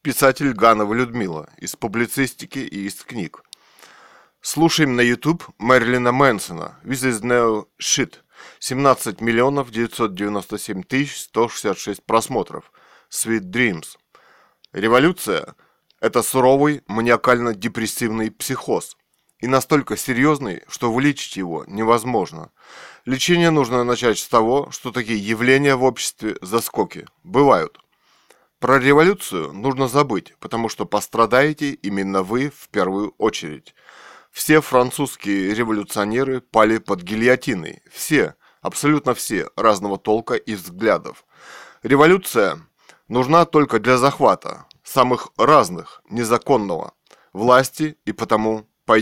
Писатель Ганова Людмила из публицистики и из книг. Слушаем на YouTube Мэрилина Мэнсона «This is no shit». 17 миллионов 997 тысяч 166 просмотров. Sweet Dreams. Революция – это суровый маниакально-депрессивный психоз. И настолько серьезный, что вылечить его невозможно. Лечение нужно начать с того, что такие явления в обществе заскоки бывают. Про революцию нужно забыть, потому что пострадаете именно вы в первую очередь. Все французские революционеры пали под гильотиной. Все, абсолютно все, разного толка и взглядов. Революция нужна только для захвата самых разных, незаконного, власти, и потом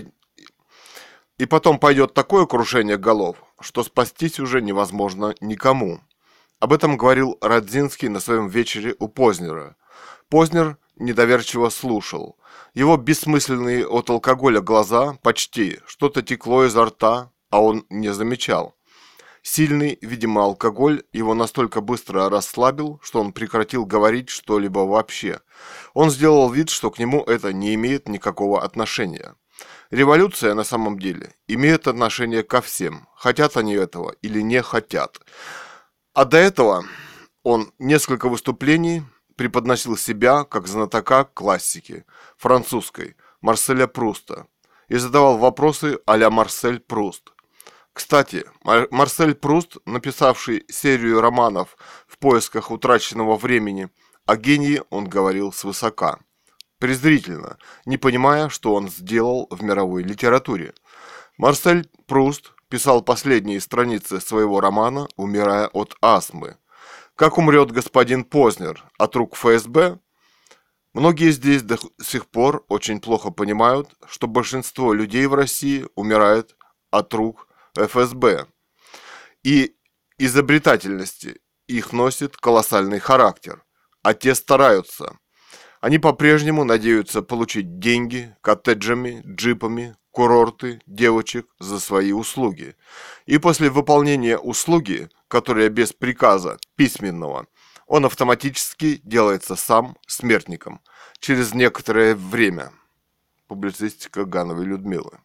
пойдет такое крушение голов, что спастись уже невозможно никому. Об этом говорил Радзинский на своем вечере у Познера. Познер недоверчиво слушал. Его бессмысленные от алкоголя глаза почти что-то текло изо рта, а он не замечал. Сильный, видимо, алкоголь его настолько быстро расслабил, что он прекратил говорить что-либо вообще. Он сделал вид, что к нему это не имеет никакого отношения. Революция на самом деле имеет отношение ко всем, хотят они этого или не хотят. А до этого он несколько выступлений преподносил себя как знатока классики французской Марселя Пруста и задавал вопросы а-ля Марсель Пруст. Кстати, Марсель Пруст, написавший серию романов «В поисках утраченного времени», о гении он говорил свысока, презрительно, не понимая, что он сделал в мировой литературе. Марсель Пруст писал последние страницы своего романа, умирая от астмы. Как умрет господин Познер от рук ФСБ? Многие здесь до сих пор очень плохо понимают, что большинство людей в России умирает от рук ФСБ. И изобретательности их носит колоссальный характер. А те стараются. Они по-прежнему надеются получить деньги коттеджами, джипами, курорты, девочек за свои услуги. И после выполнения услуги, которая без приказа письменного, он автоматически делается сам смертником через некоторое время. Публицистика Гановой Людмилы.